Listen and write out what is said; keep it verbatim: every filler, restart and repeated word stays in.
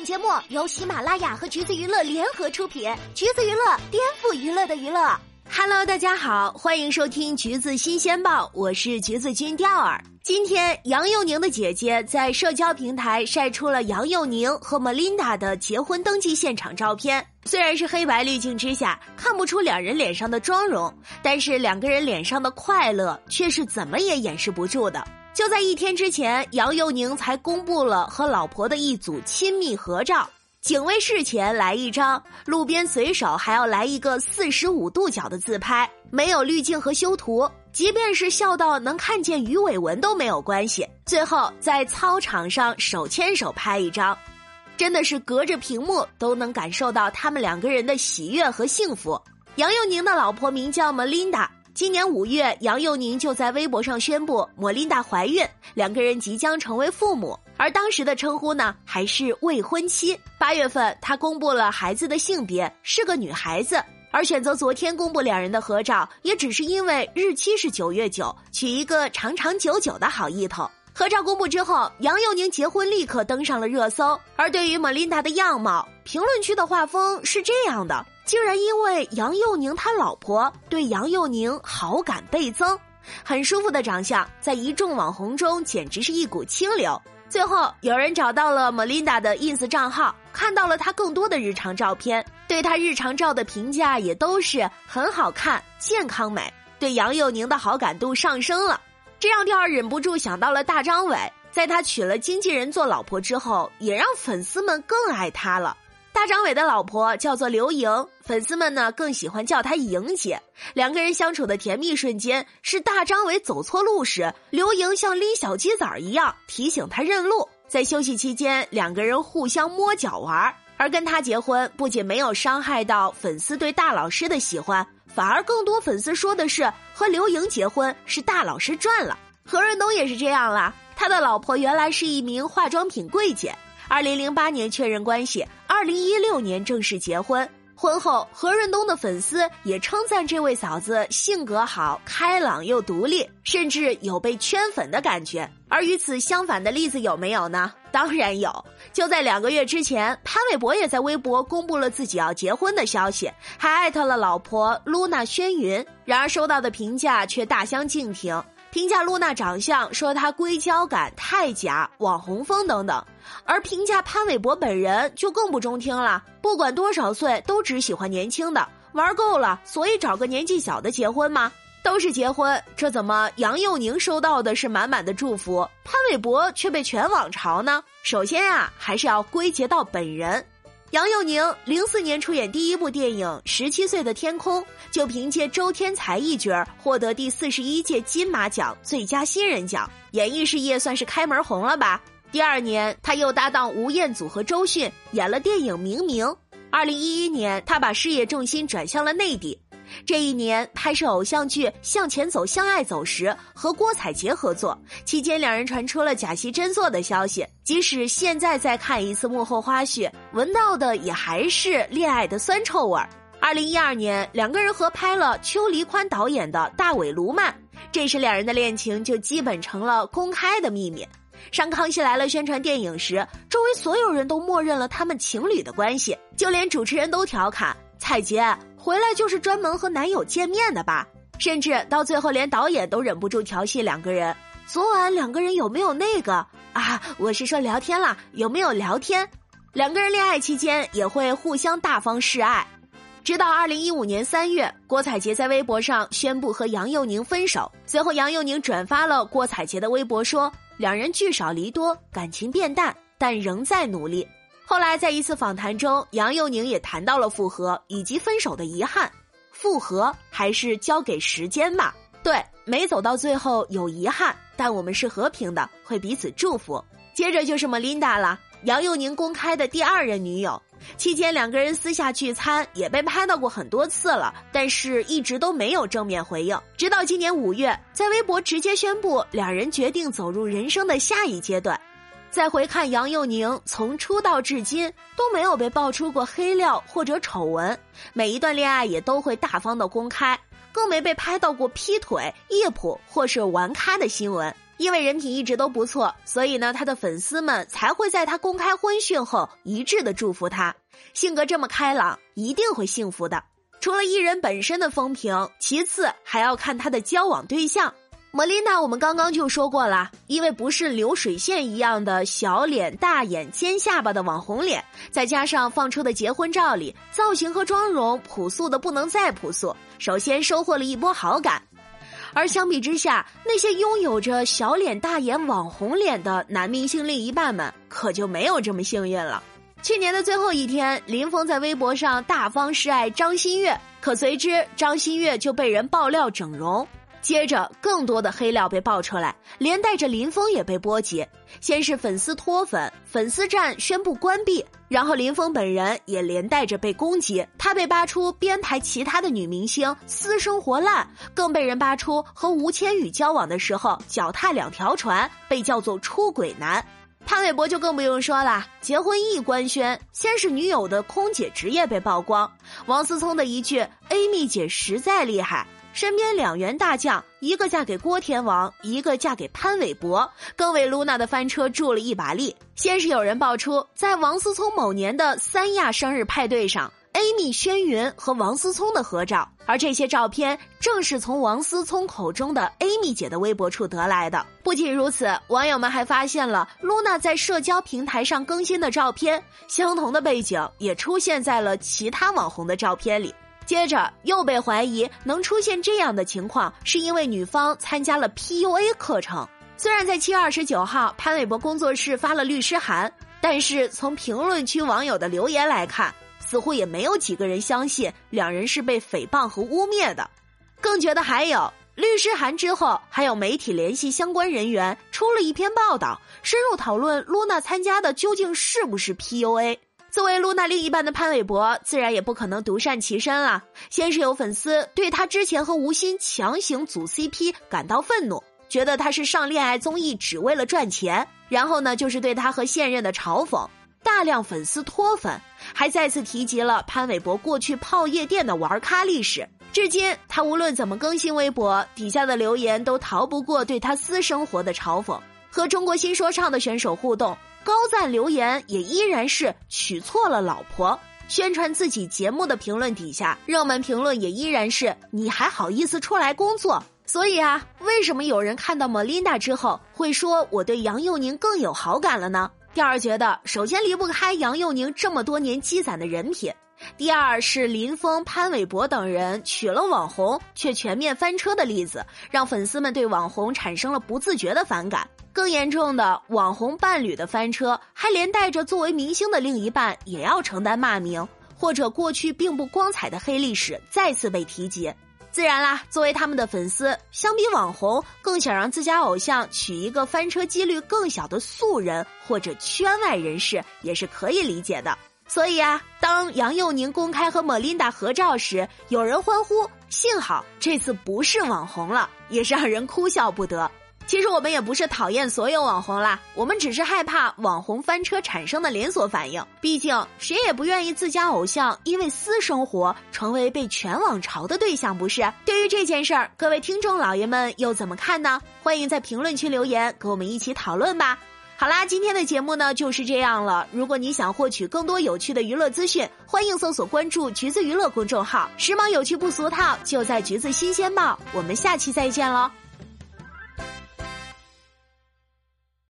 本节目由喜马拉雅和橘子娱乐联合出品，橘子娱乐颠覆娱乐的娱乐。 Hello， 大家好，欢迎收听橘子新鲜报，我是橘子君钓儿。今天杨佑宁的姐姐在社交平台晒出了杨佑宁和 Melinda 的结婚登记现场照片，虽然是黑白滤镜之下看不出两人脸上的妆容，但是两个人脸上的快乐却是怎么也掩饰不住的。就在一天之前，杨佑宁才公布了和老婆的一组亲密合照，警卫室前来一张，路边随手还要来一个四十五度角的自拍，没有滤镜和修图，即便是笑到能看见鱼尾纹都没有关系。最后在操场上手牵手拍一张，真的是隔着屏幕都能感受到他们两个人的喜悦和幸福。杨佑宁的老婆名叫 Melinda，今年五月，杨佑宁就在微博上宣布Melinda怀孕，两个人即将成为父母，而当时的称呼呢还是未婚妻。八月份，他公布了孩子的性别是个女孩子，而选择昨天公布两人的合照，也只是因为日期是九月九，取一个长长久久的好意头。合照公布之后，杨佑宁结婚立刻登上了热搜，而对于 Melinda 的样貌，评论区的画风是这样的。竟然因为杨佑宁他老婆对杨佑宁好感倍增，很舒服的长相在一众网红中简直是一股清流。最后有人找到了 Melinda 的 ins 账号，看到了她更多的日常照片，对她日常照的评价也都是很好看、健康美，对杨佑宁的好感度上升了。这让钓儿忍不住想到了大张伟，在他娶了经纪人做老婆之后，也让粉丝们更爱他了。大张伟的老婆叫做刘莹，粉丝们呢更喜欢叫她莹姐。两个人相处的甜蜜瞬间，是大张伟走错路时，刘莹像拎小鸡仔一样提醒他认路。在休息期间，两个人互相摸脚玩，而跟他结婚不仅没有伤害到粉丝对大老师的喜欢，反而更多粉丝说的是和刘莹结婚是大老师赚了。何润东也是这样啦，他的老婆原来是一名化妆品柜姐，二零零八年确认关系，二零一六年正式结婚。婚后，何润东的粉丝也称赞这位嫂子性格好、开朗又独立，甚至有被圈粉的感觉。而与此相反的例子有没有呢？当然有。就在两个月之前，潘玮柏也在微博公布了自己要结婚的消息，还艾特了老婆露娜轩云。然而收到的评价却大相径庭。评价露娜长相，说她硅胶感太假、网红风等等，而评价潘玮柏本人就更不中听了，不管多少岁都只喜欢年轻的，玩够了，所以找个年纪小的结婚吗？都是结婚，这怎么杨佑宁收到的是满满的祝福，潘玮柏却被全网嘲呢？首先啊，还是要归结到本人。杨佑宁零四年出演第一部电影《十七岁的天空》，就凭借周天才一角获得第四十一届金马奖最佳新人奖，演艺事业算是开门红了吧。第二年，他又搭档吴彦祖和周迅演了电影《明明》。二零一一年，他把事业重心转向了内地。这一年拍摄偶像剧《向前走，向爱走》时和郭采洁合作，期间两人传出了假戏真做的消息，即使现在再看一次幕后花絮，闻到的也还是恋爱的酸臭味儿。二零一二年，两个人合拍了邱黎宽导演的《大尾卢曼》，这时两人的恋情就基本成了公开的秘密。上康熙来了宣传电影时，周围所有人都默认了他们情侣的关系，就连主持人都调侃采洁回来就是专门和男友见面的吧，甚至到最后连导演都忍不住调戏两个人。昨晚两个人有没有那个啊？我是说聊天啦，有没有聊天？两个人恋爱期间也会互相大方示爱。直到二零一五年三月，郭采洁在微博上宣布和杨佑宁分手，随后杨佑宁转发了郭采洁的微博说，两人聚少离多，感情变淡，但仍在努力。后来在一次访谈中，杨佑宁也谈到了复合以及分手的遗憾。复合还是交给时间吧。对，没走到最后有遗憾，但我们是和平的，会彼此祝福。接着就是 Melinda 了，杨佑宁公开的第二任女友。期间两个人私下聚餐也被拍到过很多次了，但是一直都没有正面回应。直到今年五月，在微博直接宣布两人决定走入人生的下一阶段。再回看杨佑宁从出道至今都没有被爆出过黑料或者丑闻，每一段恋爱也都会大方的公开，更没被拍到过劈腿、夜谱或是玩咖的新闻。 因为人品一直都不错，所以呢，他的粉丝们才会在他公开婚讯后一致的祝福他。性格这么开朗，一定会幸福的。除了艺人本身的风评，其次还要看他的交往对象。莫琳达我们刚刚就说过了，因为不是流水线一样的小脸、大眼、尖下巴的网红脸，再加上放出的结婚照里造型和妆容朴素的不能再朴素，首先收获了一波好感。而相比之下，那些拥有着小脸大眼网红脸的男明星另一半们可就没有这么幸运了。去年的最后一天，林峰在微博上大方示爱张馨月，可随之张馨月就被人爆料整容，接着更多的黑料被爆出来，连带着林峰也被波及。先是粉丝脱粉，粉丝站宣布关闭，然后林峰本人也连带着被攻击，他被扒出编排其他的女明星私生活烂，更被人扒出和吴千语交往的时候脚踏两条船，被叫做出轨男。潘玮柏就更不用说了，结婚一官宣，先是女友的空姐职业被曝光，王思聪的一句 Amy 姐实在厉害，身边两员大将，一个嫁给郭天王，一个嫁给潘玮柏，更为露娜的翻车助了一把力。先是有人爆出，在王思聪某年的三亚生日派对上，Amy 轩云和王思聪的合照，而这些照片正是从王思聪口中的 Amy 姐的微博处得来的。不仅如此，网友们还发现了露娜在社交平台上更新的照片，相同的背景也出现在了其他网红的照片里。接着又被怀疑能出现这样的情况，是因为女方参加了 P U A 课程。虽然在七月二十九号潘玮柏工作室发了律师函，但是从评论区网友的留言来看，似乎也没有几个人相信两人是被诽谤和污蔑的。更觉得还有律师函之后，还有媒体联系相关人员出了一篇报道，深入讨论露娜参加的究竟是不是 P U A。作为露娜另一半的潘玮柏自然也不可能独善其身了。先是有粉丝对他之前和吴昕强行组 C P 感到愤怒，觉得他是上恋爱综艺只为了赚钱，然后呢就是对他和现任的嘲讽，大量粉丝脱粉，还再次提及了潘玮柏过去泡夜店的玩咖历史。至今他无论怎么更新微博，底下的留言都逃不过对他私生活的嘲讽。和中国新说唱的选手互动，高赞留言也依然是娶错了老婆。宣传自己节目的评论底下，热门评论也依然是你还好意思出来工作。所以啊，为什么有人看到 Melinda 之后会说我对杨佑宁更有好感了呢？第二，觉得首先离不开杨佑宁这么多年积攒的人品，第二是林峰、潘玮柏等人娶了网红却全面翻车的例子，让粉丝们对网红产生了不自觉的反感。更严重的，网红伴侣的翻车还连带着作为明星的另一半也要承担骂名，或者过去并不光彩的黑历史再次被提及。自然啦，作为他们的粉丝，相比网红，更想让自家偶像娶一个翻车几率更小的素人或者圈外人士，也是可以理解的。所以啊，当杨佑宁公开和 Melinda 合照时，有人欢呼，幸好这次不是网红了，也是让人哭笑不得。其实我们也不是讨厌所有网红啦，我们只是害怕网红翻车产生的连锁反应。毕竟谁也不愿意自家偶像因为私生活成为被全网嘲的对象，不是？对于这件事儿，各位听众老爷们又怎么看呢？欢迎在评论区留言，跟我们一起讨论吧。好啦，今天的节目呢就是这样了。如果你想获取更多有趣的娱乐资讯，欢迎搜索关注橘子娱乐公众号，时髦有趣不俗套，就在橘子新鲜报。我们下期再见喽。